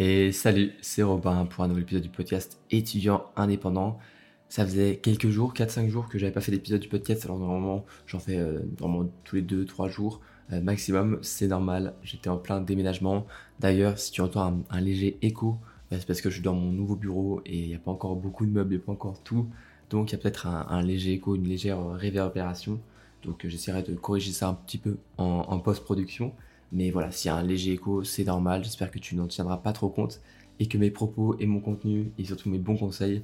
Et salut, c'est Robin pour un nouvel épisode du podcast étudiant indépendant. Ça faisait quelques jours, 4-5 jours que j'avais pas fait d'épisode du podcast, alors normalement j'en fais normalement tous les 2-3 jours maximum, c'est normal, j'étais en plein déménagement. D'ailleurs, si tu entends un léger écho, c'est parce que je suis dans mon nouveau bureau et il n'y a pas encore beaucoup de meubles, il n'y a pas encore tout, donc il y a peut-être un léger écho, une légère réverbération, donc j'essaierai de corriger ça un petit peu en post-production. Mais voilà, s'il y a un léger écho, c'est normal. J'espère que tu n'en tiendras pas trop compte et que mes propos et mon contenu et surtout mes bons conseils,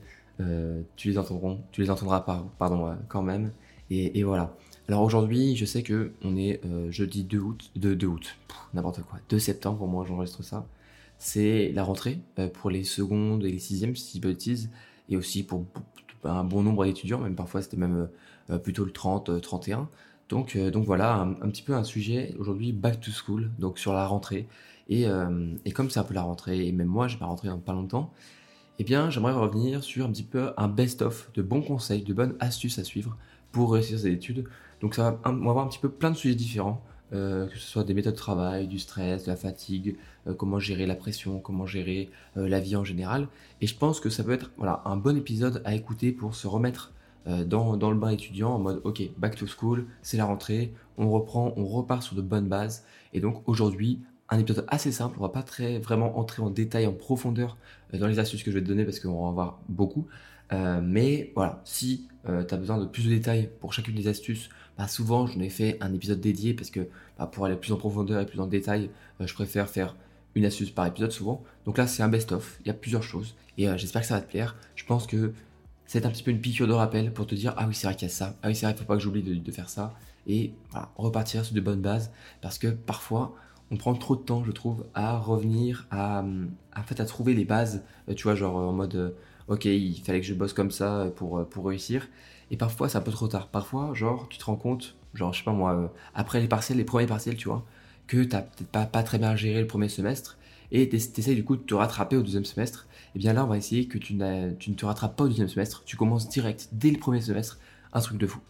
tu les entendras quand même. Et voilà. Alors aujourd'hui, je sais que on est jeudi 2 août, 2 août, n'importe quoi, 2 septembre, au moins j'enregistre ça. C'est la rentrée pour les secondes et les sixièmes, si je dis pas de bêtises, et aussi pour un bon nombre d'étudiants, même parfois c'était même plutôt le 30, 31. Donc voilà, un petit peu un sujet aujourd'hui back to school, donc sur la rentrée. Et comme c'est un peu la rentrée, et même moi j'ai pas rentré dans pas longtemps, eh bien j'aimerais revenir sur un petit peu un best-of de bons conseils, de bonnes astuces à suivre pour réussir ses études. Donc on va voir un petit peu plein de sujets différents, que ce soit des méthodes de travail, du stress, de la fatigue, comment gérer la pression, comment gérer la vie en général. Et je pense que ça peut être voilà, un bon épisode à écouter pour se remettre dans le bain étudiant en mode ok, back to school, c'est la rentrée, on reprend, on repart sur de bonnes bases. Et donc aujourd'hui, un épisode assez simple, on va pas très vraiment entrer en détail, en profondeur dans les astuces que je vais te donner parce qu'on va en voir beaucoup. Mais voilà, si tu as besoin de plus de détails pour chacune des astuces, bah souvent j'en ai fait un épisode dédié parce que pour aller plus en profondeur et plus en détail, je préfère faire une astuce par épisode souvent. Donc là c'est un best-of, il y a plusieurs choses et j'espère que ça va te plaire. Je pense que c'est un petit peu une piqûre de rappel pour te dire ah oui c'est vrai qu'il y a ça, ah oui c'est vrai qu'il ne faut pas que j'oublie de faire ça et voilà, repartir sur de bonnes bases parce que parfois on prend trop de temps je trouve à revenir en fait, à trouver les bases, tu vois genre en mode ok il fallait que je bosse comme ça pour réussir et parfois c'est un peu trop tard, parfois genre tu te rends compte genre je sais pas moi après les premiers partiels tu vois que t'as peut-être pas très bien géré le premier semestre et t'essayes du coup de te rattraper au deuxième semestre. Et bien là, on va essayer que tu ne te rattrapes pas au deuxième semestre, tu commences direct, dès le premier semestre, un truc de fou.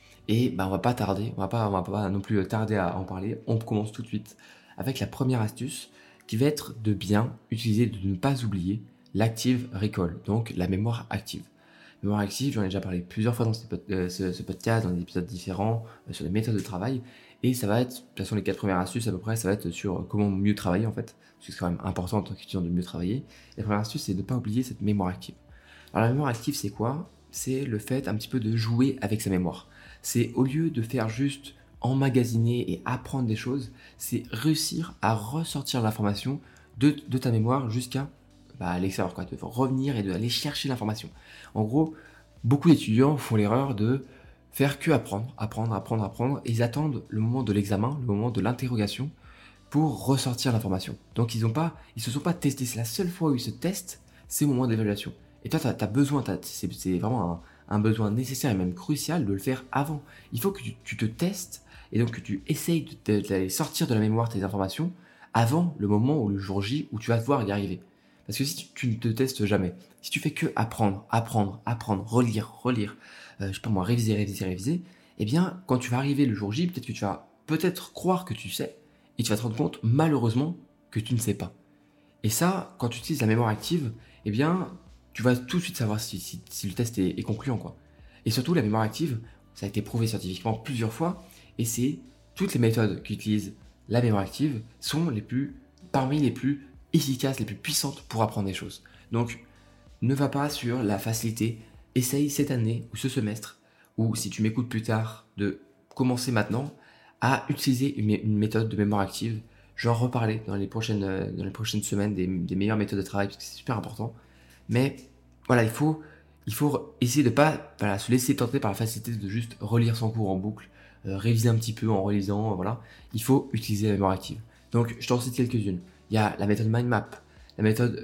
Et on va pas tarder, on va pas non plus tarder à en parler, on commence tout de suite avec la première astuce qui va être de bien utiliser, de ne pas oublier l'active recall, donc la mémoire active. Mémoire active, j'en ai déjà parlé plusieurs fois dans ce podcast, dans des épisodes différents, sur des méthodes de travail. Et ça va être, de toute façon, les 4 premières astuces à peu près, ça va être sur comment mieux travailler en fait. Parce que c'est quand même important en tant qu'étudiant de mieux travailler. La première astuce, c'est de ne pas oublier cette mémoire active. Alors la mémoire active, c'est quoi? C'est le fait un petit peu de jouer avec sa mémoire. C'est au lieu de faire juste emmagasiner et apprendre des choses, c'est réussir à ressortir l'information de ta mémoire jusqu'à l'extérieur, quoi, de revenir et d'aller chercher l'information. En gros, beaucoup d'étudiants font l'erreur de faire que apprendre, et ils attendent le moment de l'examen, le moment de l'interrogation pour ressortir l'information. Donc ils se sont pas testés, c'est la seule fois où ils se testent, c'est au moment de l'évaluation. Et toi, t'as besoin, c'est vraiment un besoin nécessaire et même crucial de le faire avant. Il faut que tu te testes et donc que tu essayes d'aller sortir de la mémoire tes informations avant le moment où le jour J où tu vas devoir y arriver. Parce que si tu ne te testes jamais, si tu fais que apprendre, relire, je sais pas moi, réviser, eh bien, quand tu vas arriver le jour J, peut-être que tu vas croire que tu sais, et tu vas te rendre compte, malheureusement, que tu ne sais pas. Et ça, quand tu utilises la mémoire active, eh bien, tu vas tout de suite savoir si le test est concluant, quoi. Et surtout, la mémoire active, ça a été prouvé scientifiquement plusieurs fois, et c'est toutes les méthodes qui utilisent la mémoire active sont parmi les plus efficaces, les plus puissantes pour apprendre des choses. Donc, ne va pas sur la facilité. Essaye cette année ou ce semestre, ou si tu m'écoutes plus tard, de commencer maintenant à utiliser une méthode de mémoire active. J'en reparler dans les prochaines semaines des meilleures méthodes de travail parce que c'est super important. Mais voilà, il faut essayer de ne pas se laisser tenter par la facilité de juste relire son cours en boucle, réviser un petit peu en relisant, voilà. Il faut utiliser la mémoire active. Donc, je t'en cite quelques-unes. Il y a la méthode mind map, la méthode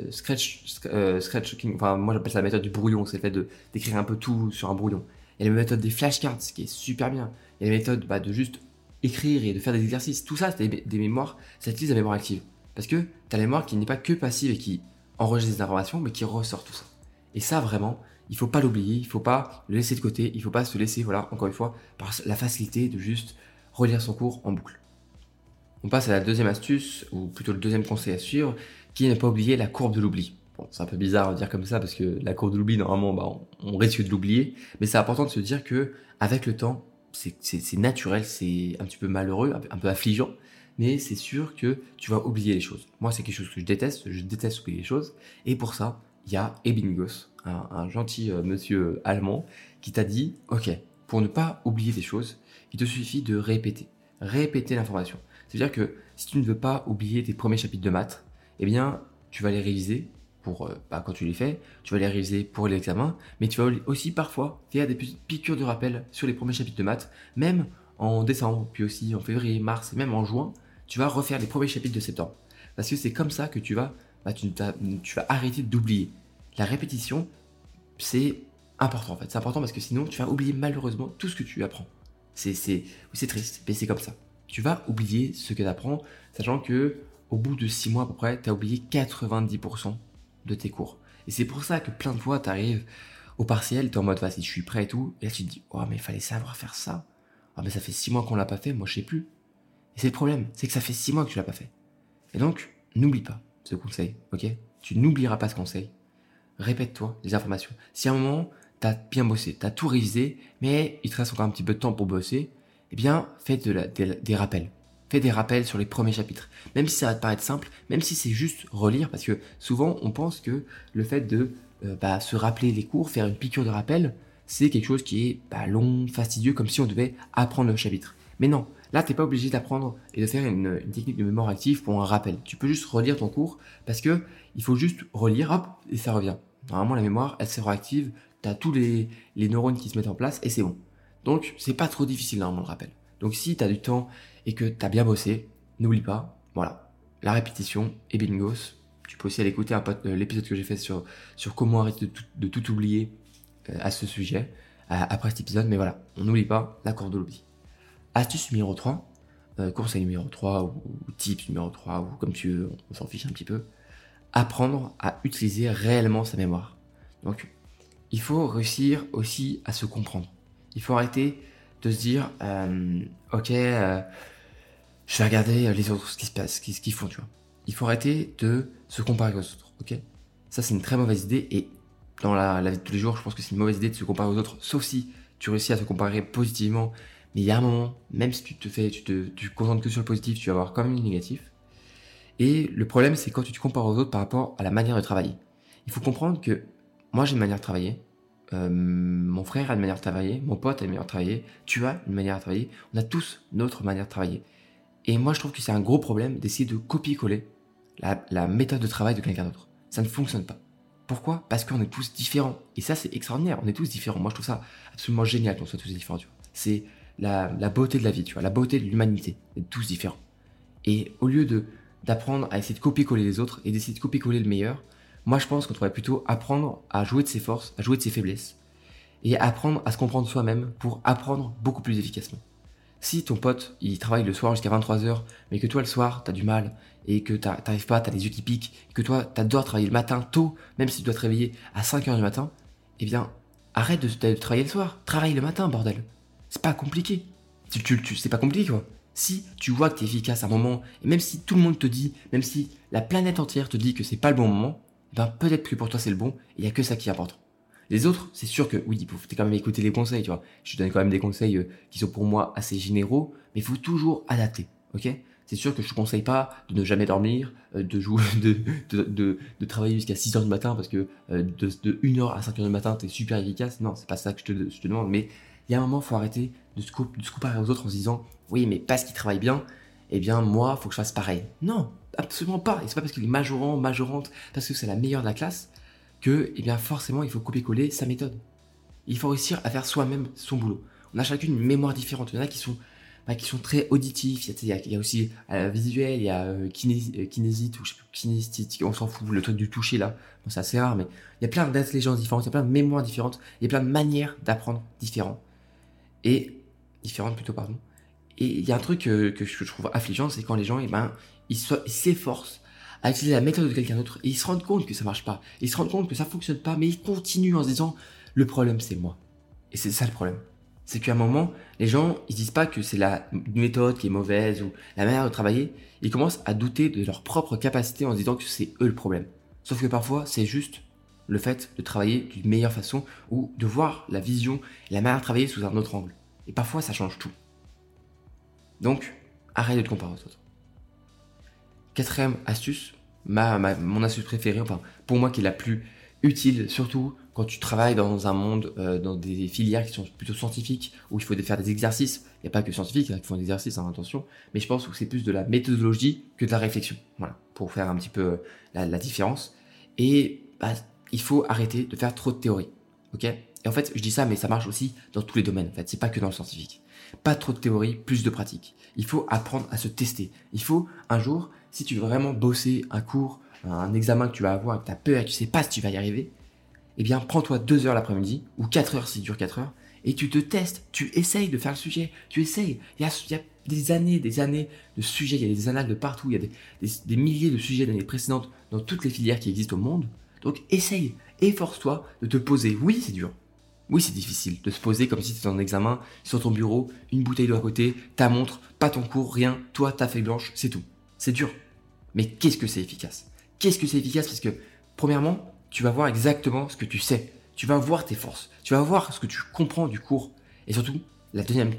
sketching, enfin moi j'appelle ça la méthode du brouillon, c'est le fait d'écrire un peu tout sur un brouillon. Il y a la méthode des flashcards, qui est super bien. Il y a la méthode de juste écrire et de faire des exercices. Tout ça, c'est des mémoires, ça utilise la mémoire active. Parce que tu as la mémoire qui n'est pas que passive et qui enregistre des informations, mais qui ressort tout ça. Et ça, vraiment, il ne faut pas l'oublier, il ne faut pas le laisser de côté, il ne faut pas se laisser, voilà, encore une fois, par la facilité de juste relire son cours en boucle. On passe à la deuxième astuce, ou plutôt le deuxième conseil à suivre, qui est ne pas oublier la courbe de l'oubli. Bon, c'est un peu bizarre de dire comme ça parce que la courbe de l'oubli, normalement, on risque de l'oublier. Mais c'est important de se dire que avec le temps, c'est naturel, c'est un petit peu malheureux, un peu affligeant. Mais c'est sûr que tu vas oublier les choses. Moi, c'est quelque chose que je déteste oublier les choses. Et pour ça, il y a Ebbinghaus, un gentil monsieur allemand, qui t'a dit, ok, pour ne pas oublier des choses, il te suffit de répéter l'information. C'est-à-dire que si tu ne veux pas oublier tes premiers chapitres de maths, eh bien, tu vas les réviser pour, quand tu les fais, tu vas les réviser pour l'examen, mais tu vas aussi parfois faire des petites piqûres de rappel sur les premiers chapitres de maths, même en décembre, puis aussi en février, mars et même en juin, tu vas refaire les premiers chapitres de septembre. Parce que c'est comme ça que tu vas arrêter d'oublier. La répétition, c'est important en fait. C'est important parce que sinon, tu vas oublier malheureusement tout ce que tu apprends. C'est triste, mais c'est comme ça. Tu vas oublier ce que tu apprends, sachant que au bout de 6 mois à peu près, tu as oublié 90% de tes cours. Et c'est pour ça que plein de fois, tu arrives au partiel, tu es en mode, vas-y, je suis prêt et tout. Et là, tu te dis, oh, mais il fallait savoir faire ça. Ah, mais ça fait 6 mois qu'on l'a pas fait, moi, je sais plus. Et c'est le problème, c'est que ça fait 6 mois que tu l'as pas fait. Et donc, n'oublie pas ce conseil, ok? Tu n'oublieras pas ce conseil. Répète-toi les informations. Si à un moment, tu as bien bossé, tu as tout révisé, mais il te reste encore un petit peu de temps pour bosser, eh bien, fais des rappels. Fais des rappels sur les premiers chapitres. Même si ça va te paraître simple, même si c'est juste relire, parce que souvent, on pense que le fait de se rappeler les cours, faire une piqûre de rappel, c'est quelque chose qui est long, fastidieux, comme si on devait apprendre le chapitre. Mais non, là, tu n'es pas obligé d'apprendre et de faire une technique de mémoire active pour un rappel. Tu peux juste relire ton cours, parce que il faut juste relire, hop, et ça revient. Normalement, la mémoire, elle se réactive, tu as tous les neurones qui se mettent en place, et c'est bon. Donc, c'est pas trop difficile, normalement, le rappel. Donc, si tu as du temps et que tu as bien bossé, n'oublie pas, voilà, la répétition et Ebbinghaus. Tu peux aussi aller écouter l'épisode que j'ai fait sur comment arrêter de tout oublier à ce sujet, après cet épisode. Mais voilà, on n'oublie pas la courbe de l'oubli. Astuce numéro 3, conseil numéro 3, ou tips numéro 3, ou comme tu veux, on s'en fiche un petit peu. Apprendre à utiliser réellement sa mémoire. Donc, il faut réussir aussi à se comprendre. Il faut arrêter de se dire, ok, je vais regarder les autres, ce qui se passe, ce qu'ils font, tu vois. Il faut arrêter de se comparer aux autres, ok? Ça, c'est une très mauvaise idée, et dans la vie de tous les jours, je pense que c'est une mauvaise idée de se comparer aux autres, sauf si tu réussis à te comparer positivement. Mais il y a un moment, même si tu concentres que sur le positif, tu vas avoir quand même du négatif. Et le problème, c'est quand tu te compares aux autres par rapport à la manière de travailler. Il faut comprendre que moi, j'ai une manière de travailler. Mon frère a une manière de travailler. Mon pote a une manière de travailler. Tu as une manière de travailler. On a tous notre manière de travailler. Et moi, je trouve que c'est un gros problème d'essayer de copier-coller la méthode de travail de quelqu'un d'autre. Ça ne fonctionne pas. Pourquoi? Parce qu'on est tous différents. Et ça, c'est extraordinaire. On est tous différents. Moi, je trouve ça absolument génial qu'on soit tous différents. Tu vois. C'est la beauté de la vie, tu vois, la beauté de l'humanité. On est tous différents. Et au lieu d'apprendre à essayer de copier-coller les autres et d'essayer de copier-coller le meilleur, moi, je pense qu'on devrait plutôt apprendre à jouer de ses forces, à jouer de ses faiblesses et apprendre à se comprendre soi-même pour apprendre beaucoup plus efficacement. Si ton pote, il travaille le soir jusqu'à 23h, mais que toi, le soir, t'as du mal et que t'arrives pas, t'as les yeux qui piquent, et que toi, t'adores travailler le matin tôt, même si tu dois te réveiller à 5h du matin, eh bien, arrête de travailler le soir. Travaille le matin, bordel. C'est pas compliqué. C'est pas compliqué, quoi. Si tu vois que t'es efficace à un moment, et même si tout le monde te dit, même si la planète entière te dit que c'est pas le bon moment, ben peut-être que pour toi c'est le bon, et il y a que ça qui est important. Les autres, c'est sûr que oui, il faut quand même écouter les conseils, tu vois. Je te donne quand même des conseils qui sont pour moi assez généraux, mais il faut toujours adapter, ok? C'est sûr que je te conseille pas de ne jamais dormir, de travailler jusqu'à 6h du matin parce que de 1h à 5h du matin, t'es super efficace. Non, c'est pas ça que je te demande, mais il y a un moment, il faut arrêter de se comparer aux autres en se disant oui, mais parce qu'ils travaillent bien, eh bien moi, il faut que je fasse pareil. Non, absolument pas. Et c'est pas parce qu'il est majorante, parce que c'est la meilleure de la classe que, eh bien forcément, il faut copier-coller sa méthode. Il faut réussir à faire soi-même son boulot. On a chacune une mémoire différente. Il y en a qui sont très auditifs. Il y a aussi visuel, il y a kinésite ou je sais plus, kinesthétique, on s'en fout, le truc du toucher là. Bon, c'est assez rare, mais il y a plein d'intelligences différentes, il y a plein de mémoires différentes, il y a plein de manières d'apprendre différentes. Et il y a un truc que je trouve affligeant, c'est quand les gens, ils s'efforcent à utiliser la méthode de quelqu'un d'autre et ils se rendent compte que ça marche pas. Ils se rendent compte que ça fonctionne pas, mais ils continuent en se disant le problème c'est moi. Et c'est ça le problème. C'est qu'à un moment, les gens, ils disent pas que c'est la méthode qui est mauvaise ou la manière de travailler. Ils commencent à douter de leur propre capacité en se disant que c'est eux le problème. Sauf que parfois, c'est juste le fait de travailler d'une meilleure façon ou de voir la vision et la manière de travailler sous un autre angle. Et parfois, ça change tout. Donc, arrête de te comparer aux autres. Quatrième astuce, mon astuce préférée, enfin pour moi qui est la plus utile, surtout quand tu travailles dans un monde, dans des filières qui sont plutôt scientifiques, où il faut faire des exercices. Il n'y a pas que scientifiques qui font des exercices, hein, attention, mais je pense que c'est plus de la méthodologie que de la réflexion. Voilà, pour faire un petit peu la différence. Et il faut arrêter de faire trop de théorie. Ok ? Et en fait, je dis ça, mais ça marche aussi dans tous les domaines. En fait, c'est pas que dans le scientifique. Pas trop de théorie, plus de pratique. Il faut apprendre à se tester. Il faut un jour, si tu veux vraiment bosser un cours, un examen que tu vas avoir et que tu as peur et que tu sais pas si tu vas y arriver, eh bien, prends-toi 2 heures l'après-midi, ou 4 heures s'il dure 4 heures, et tu te testes, tu essayes de faire le sujet, tu essayes. Il y a des années de sujets, il y a des annales de partout, il y a des milliers de sujets d'années précédentes dans toutes les filières qui existent au monde. Donc, essaye, efforce-toi de te poser. Oui, c'est dur. Oui, c'est difficile de se poser comme si tu étais en examen, sur ton bureau, une bouteille d'eau à côté, ta montre, pas ton cours, rien, toi, ta feuille blanche, c'est tout. C'est dur. Mais qu'est-ce que c'est efficace ? Qu'est-ce que c'est efficace ? Parce que, premièrement, tu vas voir exactement ce que tu sais. Tu vas voir tes forces. Tu vas voir ce que tu comprends du cours. Et surtout, le deuxième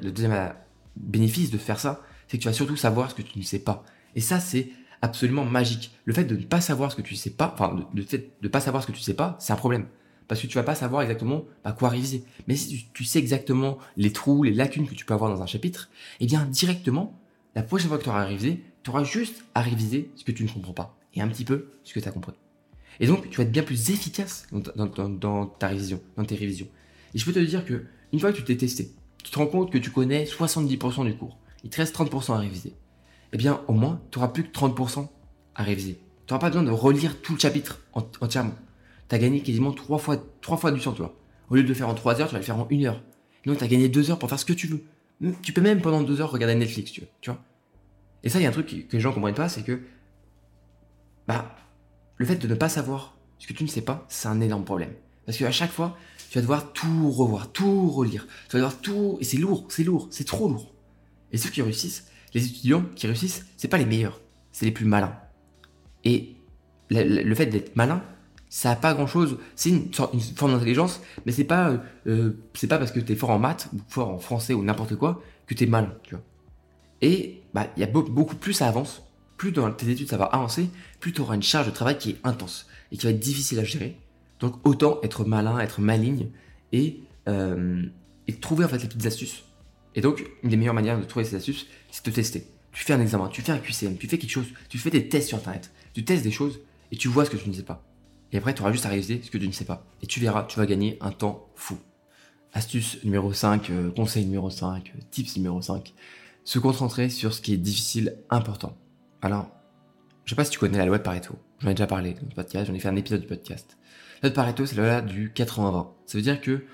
bénéfice de faire ça, c'est que tu vas surtout savoir ce que tu ne sais pas. Et ça, c'est absolument magique. Le fait de ne pas savoir ce que tu sais pas, enfin, le fait de ne pas savoir ce que tu sais pas, c'est un problème. Parce que tu vas pas savoir exactement quoi réviser. Mais si tu sais exactement les trous, les lacunes que tu peux avoir dans un chapitre, eh bien, directement, la prochaine fois que tu auras révisé, tu auras juste à réviser ce que tu ne comprends pas. Et un petit peu ce que tu as compris. Et donc, tu vas être bien plus efficace dans ta révision, dans tes révisions. Et je peux te dire que une fois que tu t'es testé, tu te rends compte que tu connais 70% du cours, il te reste 30% à réviser. Eh bien, au moins, tu n'auras plus que 30% à réviser. Tu n'auras pas besoin de relire tout le chapitre entièrement. Tu as gagné quasiment 3 fois du temps, tu vois. Au lieu de le faire en 3 heures, tu vas le faire en 1 heure. Donc, tu as gagné 2 heures pour faire ce que tu veux. Tu peux même pendant 2 heures regarder Netflix, tu vois. Et ça, il y a un truc que les gens ne comprennent pas, c'est que le fait de ne pas savoir ce que tu ne sais pas, c'est un énorme problème. Parce qu'à chaque fois, tu vas devoir tout revoir, tout relire. Tu vas devoir tout... Et c'est lourd, c'est trop lourd. Et ceux qui réussissent, les étudiants qui réussissent, c'est pas les meilleurs, c'est les plus malins. Et le fait d'être malin, ça n'a pas grand-chose. C'est une forme d'intelligence, mais c'est pas parce que tu es fort en maths, ou fort en français, ou n'importe quoi, que tu es malin, tu vois. Et il y a beaucoup plus ça avance, plus dans tes études ça va avancer, plus tu auras une charge de travail qui est intense et qui va être difficile à gérer. Donc autant être malin, être maligne et trouver en fait les petites astuces. Et donc une des meilleures manières de trouver ces astuces, c'est de te tester. Tu fais un examen, tu fais un QCM, tu fais quelque chose, tu fais des tests sur internet, tu testes des choses et tu vois ce que tu ne sais pas. Et après tu auras juste à réaliser ce que tu ne sais pas. Et tu verras, tu vas gagner un temps fou. Astuce numéro 5, conseil numéro 5, tips numéro 5. Se concentrer sur ce qui est difficile, important. Alors, je sais pas si tu connais la loi de Pareto. J'en ai déjà parlé dans le podcast, j'en ai fait un épisode du podcast. La loi de Pareto, c'est la loi du 80-20. Ça veut dire que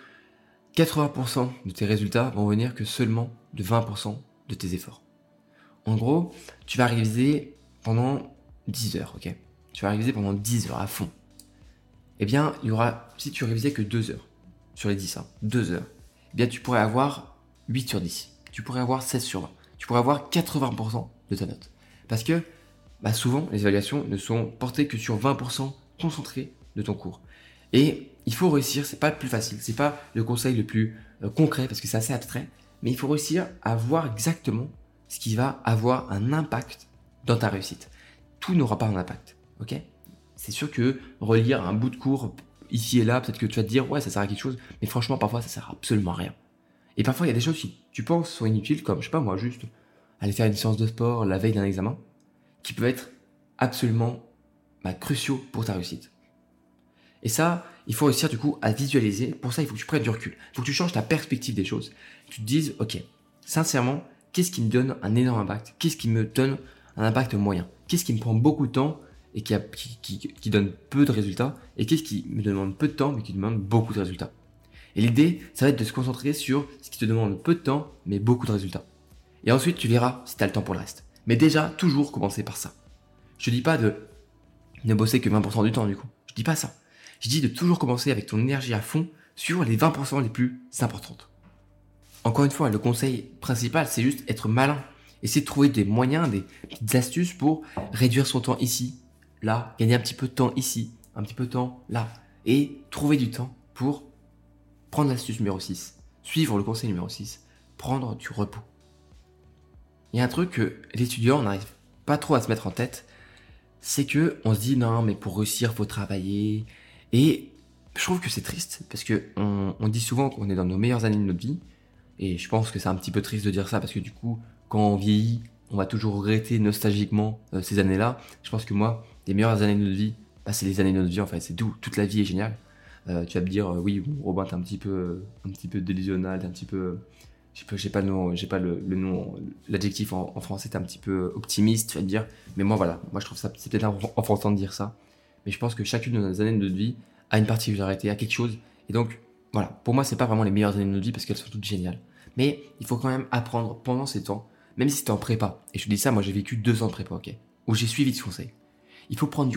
80% de tes résultats vont venir que seulement de 20% de tes efforts. En gros, tu vas réviser pendant 10 heures, ok ? Tu vas réviser pendant 10 heures à fond. Eh bien, il y aura, si tu révisais que 2 heures, sur les 10, 2 heures, eh bien, tu pourrais avoir 8 sur 10. Tu pourrais avoir 16 sur 20. Tu pourrais avoir 80% de ta note. Parce que souvent, les évaluations ne sont portées que sur 20% concentrés de ton cours. Et il faut réussir, c'est pas le plus facile, c'est pas le conseil le plus concret parce que c'est assez abstrait, mais il faut réussir à voir exactement ce qui va avoir un impact dans ta réussite. Tout n'aura pas un impact, ok ? C'est sûr que relire un bout de cours ici et là, peut-être que tu vas te dire ouais ça sert à quelque chose, mais franchement parfois ça sert absolument à rien. Et parfois il y a des choses qui tu penses sont inutiles, comme je sais pas moi juste aller faire une séance de sport la veille d'un examen, qui peuvent être absolument cruciaux pour ta réussite. Et ça, il faut réussir du coup à visualiser. Pour ça, il faut que tu prennes du recul. Il faut que tu changes ta perspective des choses. Tu te dises, ok, sincèrement, qu'est-ce qui me donne un énorme impact ? Qu'est-ce qui me donne un impact moyen ? Qu'est-ce qui me prend beaucoup de temps et qui donne peu de résultats ? Et qu'est-ce qui me demande peu de temps mais qui demande beaucoup de résultats ? Et l'idée, ça va être de se concentrer sur ce qui te demande peu de temps mais beaucoup de résultats. Et ensuite, tu verras si tu as le temps pour le reste. Mais déjà, toujours commencer par ça. Je te dis pas de ne bosser que 20% du temps du coup. Je dis pas ça. Je dis de toujours commencer avec ton énergie à fond sur les 20% les plus importantes. Encore une fois, le conseil principal, c'est juste être malin. Essayer de trouver des moyens, des petites astuces pour réduire son temps ici, là, gagner un petit peu de temps ici, un petit peu de temps là. Et trouver du temps pour prendre l'astuce numéro 6, suivre le conseil numéro 6, prendre du repos. Il y a un truc que l'étudiant n'arrive pas trop à se mettre en tête, c'est que on se dit non, mais pour réussir, faut travailler. Et je trouve que c'est triste parce que on dit souvent qu'on est dans nos meilleures années de notre vie. Et je pense que c'est un petit peu triste de dire ça parce que du coup, quand on vieillit, on va toujours regretter nostalgiquement ces années-là. Je pense que moi, les meilleures années de notre vie, bah, c'est les années de notre vie en fait. C'est d'où toute la vie est géniale. Tu vas me dire, oui, bon, Robin, t'es un petit peu délusionnal, t'es un petit peu, j'ai pas le nom, le nom, l'adjectif en français, t'es un petit peu optimiste, tu vas te dire. Mais moi, voilà, moi je trouve ça, c'est peut-être enfantin de dire ça. Mais je pense que chacune de nos années de notre vie a une particularité, a quelque chose. Et donc, voilà, pour moi, c'est pas vraiment les meilleures années de notre vie parce qu'elles sont toutes géniales. Mais il faut quand même apprendre pendant ces temps, même si t'es en prépa. Et je te dis ça, moi j'ai vécu 2 ans de prépa, ok, où j'ai suivi ce conseil. Il faut prendre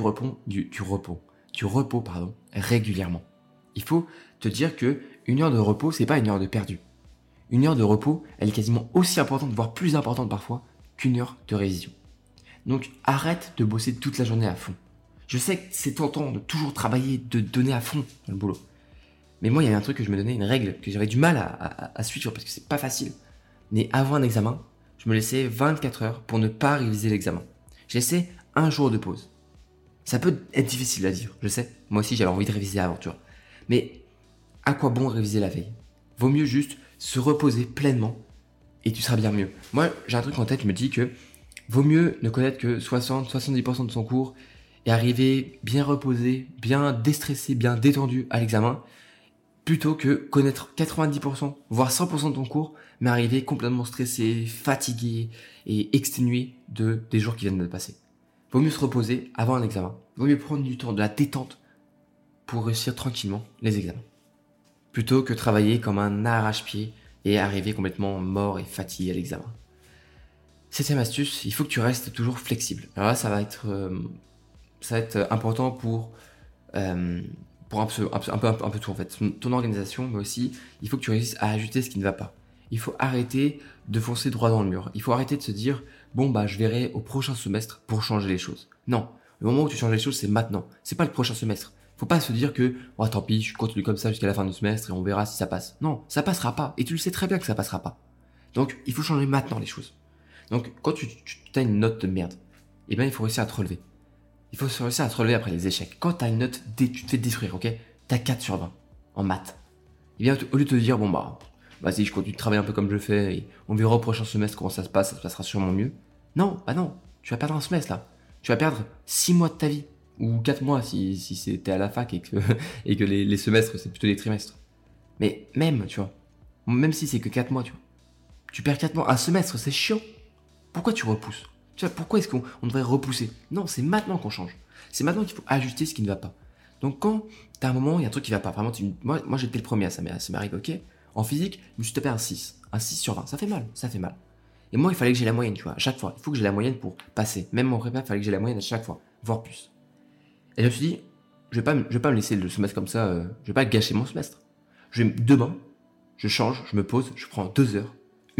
du repos, pardon, régulièrement. Il faut te dire que une heure de repos, c'est pas une heure de perdu. Une heure de repos, elle est quasiment aussi importante, voire plus importante parfois, qu'une heure de révision. Donc arrête de bosser toute la journée à fond. Je sais que c'est tentant de toujours travailler, de donner à fond dans le boulot. Mais moi, il y avait un truc que je me donnais, une règle que j'avais du mal à suivre parce que c'est pas facile. Mais avant un examen, je me laissais 24 heures pour ne pas réviser l'examen. Je laissais un jour de pause. Ça peut être difficile à dire, je sais. Moi aussi, j'avais envie de réviser avant, tu vois. Mais à quoi bon réviser la veille? Vaut mieux juste se reposer pleinement et tu seras bien mieux. Moi, j'ai un truc en tête, je me dis que vaut mieux ne connaître que 60-70% de son cours et arriver bien reposé, bien déstressé, bien détendu à l'examen, plutôt que connaître 90%, voire 100% de ton cours, mais arriver complètement stressé, fatigué et exténué des jours qui viennent de passer. Vaut mieux se reposer avant un examen. Vaut mieux prendre du temps, de la détente pour réussir tranquillement les examens. Plutôt que travailler comme un arrache-pied et arriver complètement mort et fatigué à l'examen. 7e astuce, il faut que tu restes toujours flexible. Alors là, ça va être important pour un peu tout en fait. Ton organisation, mais aussi, il faut que tu réussisses à ajuster ce qui ne va pas. Il faut arrêter de foncer droit dans le mur. Il faut arrêter de se dire, bon bah je verrai au prochain semestre pour changer les choses. Non, le moment où tu changes les choses, c'est maintenant. C'est pas le prochain semestre. Faut pas se dire que, oh tant pis, je continue comme ça jusqu'à la fin du semestre et on verra si ça passe. Non, ça passera pas. Et tu le sais très bien que ça passera pas. Donc, il faut changer maintenant les choses. Donc, quand tu as une note de merde, eh bien, il faut réussir à te relever. Il faut réussir à te relever après les échecs. Quand tu as une note, tu te fais détruire, ok? Tu as 4 sur 20 en maths. Eh bien, au lieu de te dire, bon bah, vas-y, je continue de travailler un peu comme je le fais et on verra au prochain semestre comment ça se passe, ça se passera sûrement mieux. Non, bah non, tu vas perdre un semestre là. Tu vas perdre 6 mois de ta vie. Ou 4 mois si c'était à la fac et que, et que les semestres, c'est plutôt des trimestres. Mais même, tu vois, même si c'est que 4 mois, tu vois, tu perds 4 mois. Un semestre, c'est chiant. Pourquoi tu repousses? Tu vois, pourquoi est-ce qu'on devrait repousser? Non, c'est maintenant qu'on change. C'est maintenant qu'il faut ajuster ce qui ne va pas. Donc quand t'as un moment, il y a un truc qui va pas, vraiment, moi j'étais le premier, ça m'arrive, ok? En physique, je me suis tapé un 6 sur 20, ça fait mal, ça fait mal. Et moi, il fallait que j'ai la moyenne, tu vois, à chaque fois. Il faut que j'ai la moyenne pour passer. Même en prépa, il fallait que j'ai la moyenne à chaque fois, voire plus. Et je me suis dit, je vais pas me laisser le semestre comme ça, je vais pas gâcher mon semestre. Demain, je change, je me pose, je prends 2 heures,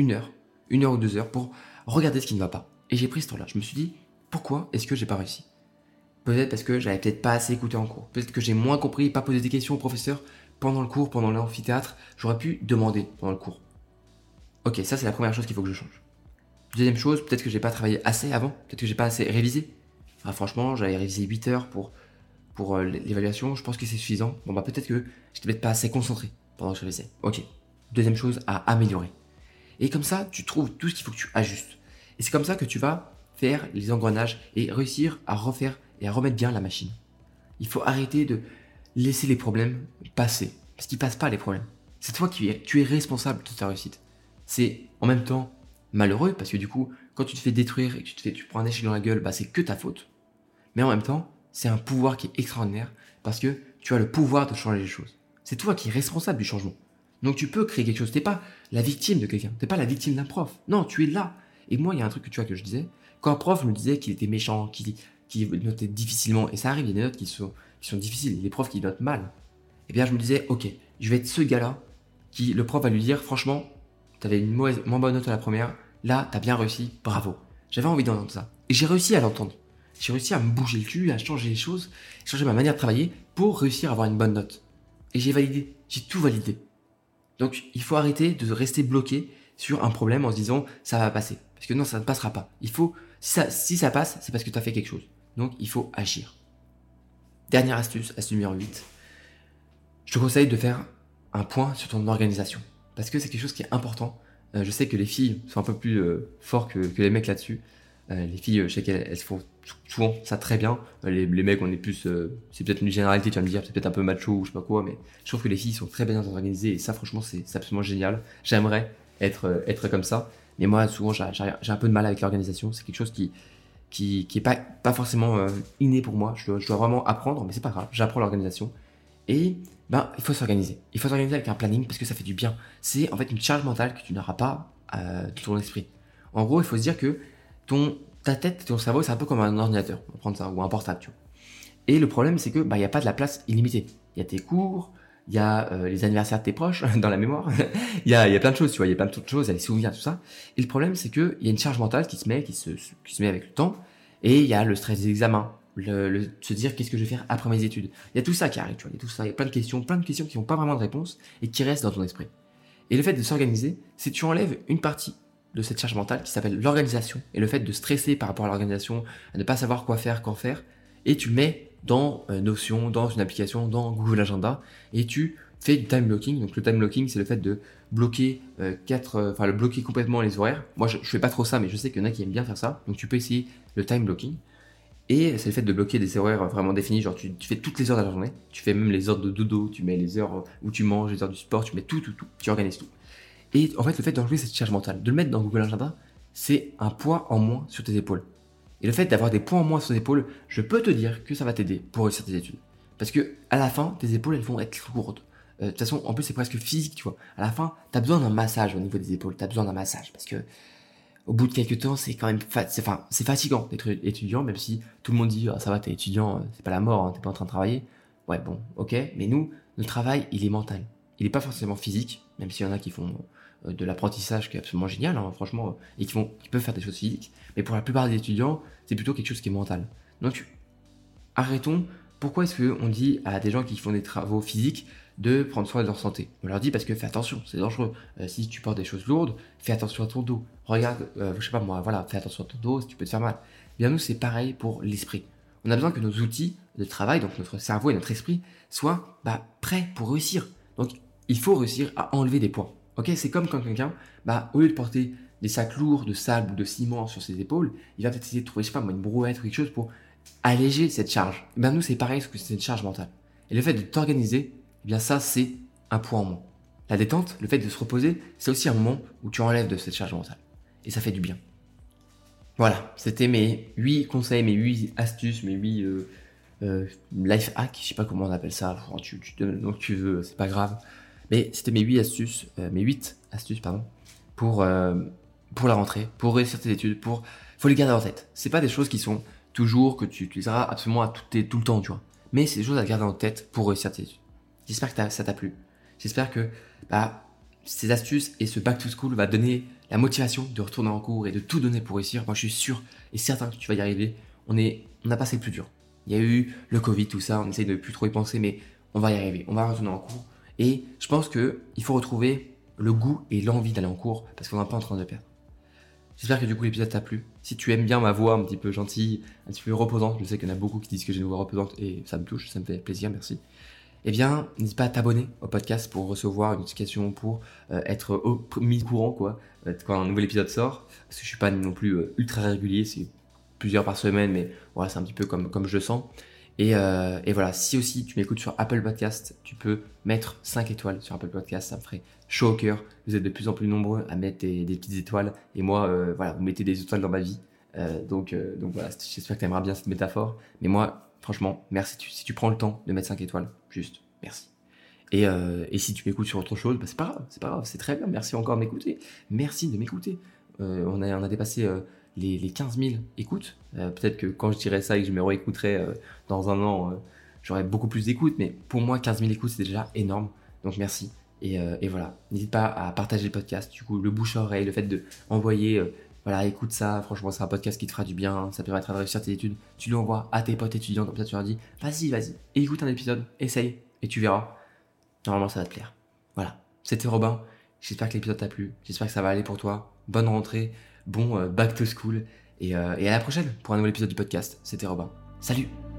1 heure ou 2 heures pour regarder ce qui ne va pas. Et j'ai pris ce temps-là. Je me suis dit, pourquoi est-ce que j'ai pas réussi? Peut-être parce que j'avais peut-être pas assez écouté en cours. Peut-être que j'ai moins compris et pas posé des questions au professeur pendant le cours, pendant l'amphithéâtre. J'aurais pu demander pendant le cours. Ok, ça c'est la première chose qu'il faut que je change. Deuxième chose, peut-être que j'ai pas travaillé assez avant. Peut-être que j'ai pas assez révisé. Enfin, franchement, j'avais révisé 8 heures pour l'évaluation. Je pense que c'est suffisant. Bon bah peut-être que j'étais peut-être pas assez concentré pendant que je révisais. Ok. Deuxième chose à améliorer. Et comme ça, tu trouves tout ce qu'il faut que tu ajustes. Et c'est comme ça que tu vas faire les engrenages et réussir à refaire et à remettre bien la machine. Il faut arrêter de laisser les problèmes passer. Parce qu'ils passent pas les problèmes. C'est toi tu es responsable de ta réussite. C'est en même temps malheureux parce que du coup, quand tu te fais détruire et que tu prends un échec dans la gueule, bah c'est que ta faute. Mais en même temps, c'est un pouvoir qui est extraordinaire parce que tu as le pouvoir de changer les choses. C'est toi qui es responsable du changement. Donc tu peux créer quelque chose. T'es pas la victime de quelqu'un. T'es pas la victime d'un prof. Non, tu es là. Et moi, il y a un truc que je disais. Quand un prof me disait qu'il était méchant, qu'il notait difficilement, et ça arrive, il y a des notes qui sont difficiles, il y a des profs qui notent mal. Eh bien, je me disais, ok, je vais être ce gars-là qui, le prof va lui dire, franchement, tu avais une moins bonne note à la première, là, tu as bien réussi, bravo. J'avais envie d'entendre ça. Et j'ai réussi à l'entendre. J'ai réussi à me bouger le cul, à changer les choses, changer ma manière de travailler pour réussir à avoir une bonne note. Et j'ai validé, j'ai tout validé. Donc, il faut arrêter de rester bloqué sur un problème en se disant ça va passer. Parce que non, ça ne passera pas. Si ça passe, c'est parce que tu as fait quelque chose. Donc, il faut agir. Dernière astuce numéro 8. Je te conseille de faire un point sur ton organisation. Parce que c'est quelque chose qui est important. Je sais que les filles sont un peu plus forts que les mecs là-dessus. Les filles, je sais qu'elles font souvent ça très bien. Les mecs, on est plus... c'est peut-être une généralité, tu vas me dire, c'est peut-être un peu macho ou je sais pas quoi, mais je trouve que les filles sont très bien organisées et ça, franchement, c'est absolument génial. J'aimerais être comme ça. Mais moi, souvent, j'ai un peu de mal avec l'organisation. C'est quelque chose qui est pas forcément inné pour moi. Je dois vraiment apprendre, mais c'est pas grave. J'apprends l'organisation. Et il faut s'organiser. Il faut s'organiser avec un planning parce que ça fait du bien. C'est en fait une charge mentale que tu n'auras pas de ton esprit. En gros, il faut se dire que ta tête, ton cerveau, c'est un peu comme un ordinateur. On va prendre ça, ou un portable, tu vois. Et le problème, c'est que il n'y a pas de la place illimitée. Il y a tes cours, il y a les anniversaires de tes proches dans la mémoire. Il y a plein de choses, tu vois. Il y a plein de choses, il y a les souvenirs, tout ça. Et le problème, c'est qu'il y a une charge mentale qui se met avec le temps. Et il y a le stress des examens. Se dire qu'est-ce que je vais faire après mes études. Il y a tout ça qui arrive, tu vois. Il y a tout ça, il y a plein de questions qui n'ont pas vraiment de réponse et qui restent dans ton esprit. Et le fait de s'organiser, c'est que tu enlèves une partie de cette charge mentale qui s'appelle l'organisation et le fait de stresser par rapport à l'organisation, à ne pas savoir quoi faire, quand faire, et tu le mets dans Notion, dans une application, dans Google Agenda, et tu fais du time blocking. Donc le time blocking, c'est le fait de bloquer bloquer complètement les horaires. Moi, je fais pas trop ça, mais je sais qu'il y en a qui aiment bien faire ça. Donc tu peux essayer le time blocking. Et c'est le fait de bloquer des horaires vraiment définis, genre tu fais toutes les heures de la journée, tu fais même les heures de dodo, tu mets les heures où tu manges, les heures du sport, tu mets tout, tu organises tout. Et en fait, le fait d'enlever cette charge mentale, de le mettre dans Google Agenda, c'est un poids en moins sur tes épaules. Et le fait d'avoir des poids en moins sur tes épaules, je peux te dire que ça va t'aider pour réussir tes études. Parce que à la fin, tes épaules, elles vont être lourdes. De toute façon, en plus, c'est presque physique, tu vois. À la fin, tu as besoin d'un massage au niveau des épaules, tu as besoin d'un massage. Parce que au bout de quelques temps, c'est quand même c'est fatigant d'être étudiant, même si tout le monde dit ça va, t'es étudiant, c'est pas la mort, hein, t'es pas en train de travailler. Ouais, bon, ok, mais nous, notre travail, il est mental. Il est pas forcément physique, même s'il y en a qui font de l'apprentissage qui est absolument génial, hein, franchement, et qui peuvent faire des choses physiques. Mais pour la plupart des étudiants, c'est plutôt quelque chose qui est mental. Donc, arrêtons. Pourquoi est-ce qu'on dit à des gens qui font des travaux physiques de prendre soin de leur santé? On leur dit parce que fais attention, c'est dangereux. Si tu portes des choses lourdes, fais attention à ton dos. Regarde, je sais pas moi, voilà, fais attention à ton dos, si tu peux te faire mal. Bien nous, c'est pareil pour l'esprit. On a besoin que nos outils de travail, donc notre cerveau et notre esprit, soient prêts pour réussir. Donc, il faut réussir à enlever des poids. Ok, c'est comme quand quelqu'un, au lieu de porter des sacs lourds de sable ou de ciment sur ses épaules, il va peut-être essayer de trouver, je sais pas moi, une brouette ou quelque chose pour alléger cette charge. Nous, c'est pareil, parce que c'est une charge mentale. Et le fait de t'organiser, ça, c'est un poids en moins. La détente, le fait de se reposer, c'est aussi un moment où tu enlèves de cette charge mentale. Et ça fait du bien. Voilà, c'était mes 8 conseils, mes 8 astuces, mes 8 life hacks, je sais pas comment on appelle ça, tu donnes le nom que tu veux, c'est pas grave. Mais c'était mes 8 astuces, pour la rentrée, pour réussir tes études, faut les garder en tête. C'est pas des choses qui sont toujours que tu utiliseras absolument tout le temps, tu vois. Mais c'est des choses à garder en tête pour réussir tes études. J'espère que ça t'a plu. J'espère que ces astuces et ce back to school va donner la motivation de retourner en cours et de tout donner pour réussir. Moi, je suis sûr et certain que tu vas y arriver. On a passé le plus dur. Il y a eu le Covid, tout ça. On essaye de plus trop y penser, mais on va y arriver. On va retourner en cours. Et je pense qu'il faut retrouver le goût et l'envie d'aller en cours parce qu'on n'est pas en train de le perdre. J'espère que du coup l'épisode t'a plu. Si tu aimes bien ma voix un petit peu gentille, un petit peu reposante, je sais qu'il y en a beaucoup qui disent que j'ai une voix reposante et ça me touche, ça me fait plaisir, merci. Eh bien, n'hésite pas à t'abonner au podcast pour recevoir une notification, pour être mis au courant quand un nouvel épisode sort. Parce que je suis pas non plus ultra régulier, c'est plusieurs par semaine, mais voilà, c'est un petit peu comme je le sens. Et voilà, si aussi tu m'écoutes sur Apple Podcast, tu peux mettre 5 étoiles sur Apple Podcast, ça me ferait chaud au cœur. Vous êtes de plus en plus nombreux à mettre des petites étoiles. Et moi, vous mettez des étoiles dans ma vie. Donc voilà, j'espère que tu aimeras bien cette métaphore. Mais moi, franchement, merci. Si tu prends le temps de mettre 5 étoiles, juste, merci. Et si tu m'écoutes sur autre chose, c'est pas grave, c'est très bien. Merci encore de m'écouter. Merci de m'écouter. On a dépassé les 15 000 écoutes. Peut-être que quand je dirais ça et que je me réécouterai dans un an, j'aurai beaucoup plus d'écoutes. Mais pour moi, 15 000 écoutes, c'est déjà énorme. Donc merci. Et voilà, n'hésite pas à partager le podcast. Du coup, le bouche à oreille, le fait de envoyer, voilà, écoute ça, franchement, c'est un podcast qui te fera du bien, ça te permettra de réussir tes études. Tu l'envoies à tes potes étudiants, comme ça tu leur dis, vas-y, écoute un épisode, essaye, et tu verras. Normalement, ça va te plaire. Voilà, c'était Robin. J'espère que l'épisode t'a plu, j'espère que ça va aller pour toi. Bonne rentrée, bon back to school, et à la prochaine pour un nouvel épisode du podcast. C'était Robin. Salut!